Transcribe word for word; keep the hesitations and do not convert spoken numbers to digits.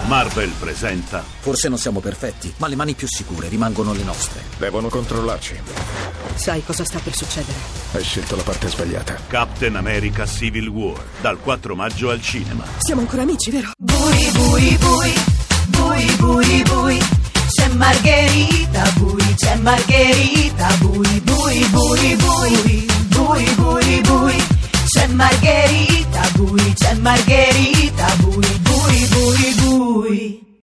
Marvel presenta. Forse non siamo perfetti, ma le mani più sicure rimangono le nostre. Devono controllarci. Sai cosa sta per succedere? Hai scelto la parte sbagliata. Captain America Civil War, dal quattro maggio al cinema. Siamo ancora amici, vero? Bui bui bui, bui bui bui, c'è Margherita, bui, c'è Margherita, bui bui bui bui, bui bui bui, c'è Margherita, bui, c'è Margherita.